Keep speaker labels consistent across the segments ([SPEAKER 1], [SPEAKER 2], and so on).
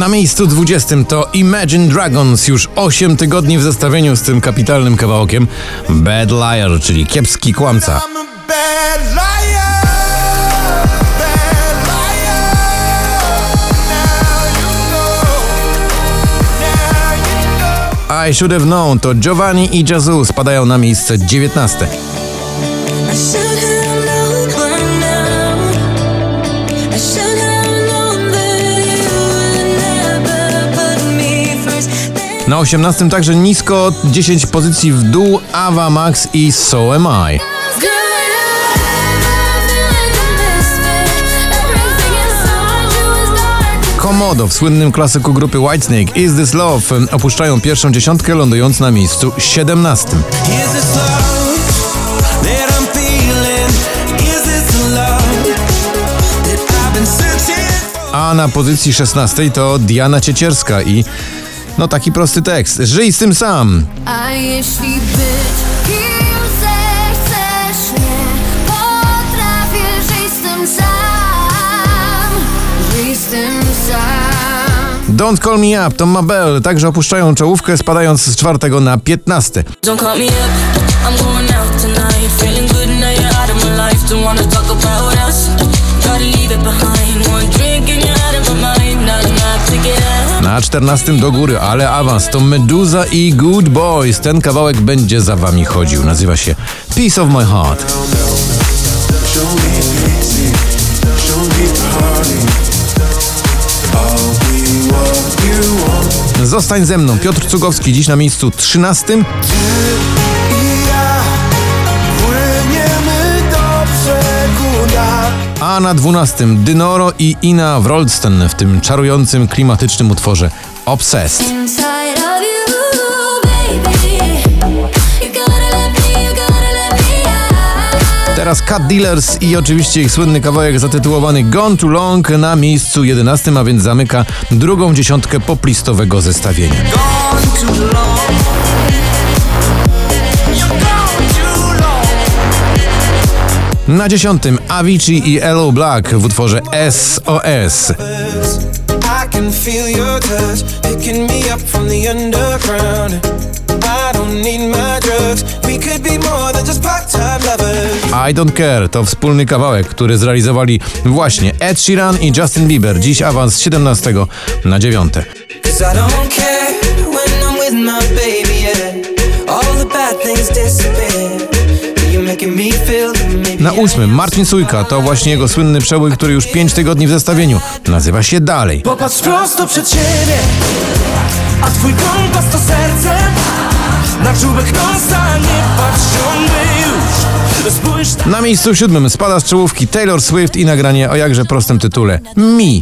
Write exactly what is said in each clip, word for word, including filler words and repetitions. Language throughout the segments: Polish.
[SPEAKER 1] Na miejscu dwudziestym to Imagine Dragons, już osiem tygodni w zestawieniu z tym kapitalnym kawałkiem Bad Liar, czyli kiepski kłamca. I Should Have Known to Giovanni i Yazoo spadają na miejsce dziewiętnaste. Na osiemnastym także nisko, dziesięć pozycji w dół, Ava Max i So Am I. Komodo w słynnym klasyku grupy Whitesnake Is This Love opuszczają pierwszą dziesiątkę, lądując na miejscu siedemnastym. A na pozycji szesnastej to Diana Ciecierska i no taki prosty tekst: żyj z tym sam.
[SPEAKER 2] A jeśli być kim zechcesz, nie potrafię żyć z tym sam. Żyj z tym sam.
[SPEAKER 1] Don't Call Me Up to Mabel także opuszczają czołówkę, spadając z czwartego na piętnaste.
[SPEAKER 3] Don't call me up, I'm going out tonight. Feeling good now you're out of my life. Don't wanna talk about us. Gotta leave it behind. One drink and you're out of my mind. Not enough to get out.
[SPEAKER 1] Na czternastym do góry, ale awans to Meduza i Good Boys. Ten kawałek będzie za wami chodził. Nazywa się Piece of My Heart. Zostań ze mną. Piotr Cugowski dziś na miejscu trzynastym. A na dwunastym Dynoro i Ina Wroldsten w tym czarującym, klimatycznym utworze Obsessed. Teraz Cat Dealers i oczywiście ich słynny kawałek zatytułowany Gone Too Long na miejscu jedenastym, a więc zamyka drugą dziesiątkę poplistowego zestawienia. Na dziesiątym Avicii i Elo Black w utworze S O S. I Don't Care to wspólny kawałek, który zrealizowali właśnie Ed Sheeran i Justin Bieber. Dziś awans z siedemnastego na dziewiąte. Na ósmym Marcin Sujka, to właśnie jego słynny przebój, który już pięć tygodni w zestawieniu. Nazywa się Dalej.
[SPEAKER 4] Popatrz prosto przed siebie, a twój kompas to serce. Na czubek nosa nie patrz ciągle już. Spójrz...
[SPEAKER 1] Na miejscu siódmym spada z czołówki Taylor Swift i nagranie o jakże prostym tytule Me.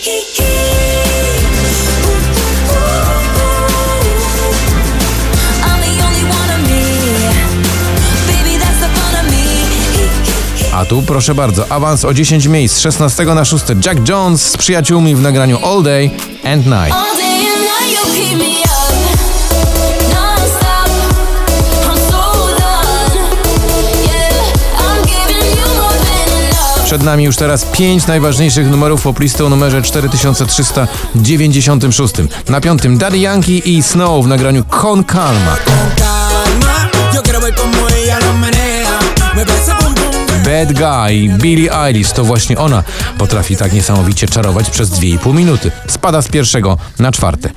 [SPEAKER 1] A tu proszę bardzo, awans o dziesięć miejsc, z szesnastego na szóste Jack Jones z przyjaciółmi w nagraniu All Day and Night. Przed nami już teraz pięć najważniejszych numerów poplisty o numerze cztery tysiące trzysta dziewięćdziesiątym szóstym. Na piątym Daddy Yankee i Snow w nagraniu Con Calma. Bad Guy, Billie Eilish, to właśnie ona potrafi tak niesamowicie czarować przez dwie i pół minuty. Spada z pierwszego na czwarte.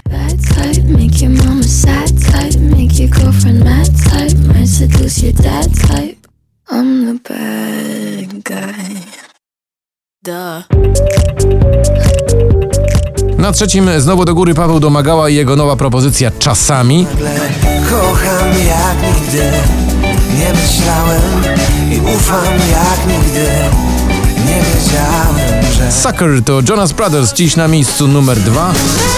[SPEAKER 1] Na trzecim znowu do góry Paweł Domagała i jego nowa propozycja Czasami.
[SPEAKER 4] Kocham jak nigdy, nie myślałem i ufam jak nigdy, nie wiedziałem, że...
[SPEAKER 1] Sucker to Jonas Brothers, dziś na miejscu numer dwa.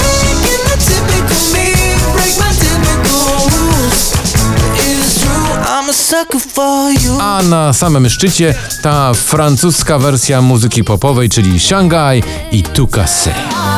[SPEAKER 1] A na samym szczycie ta francuska wersja muzyki popowej, czyli Shanghai i Tukasse.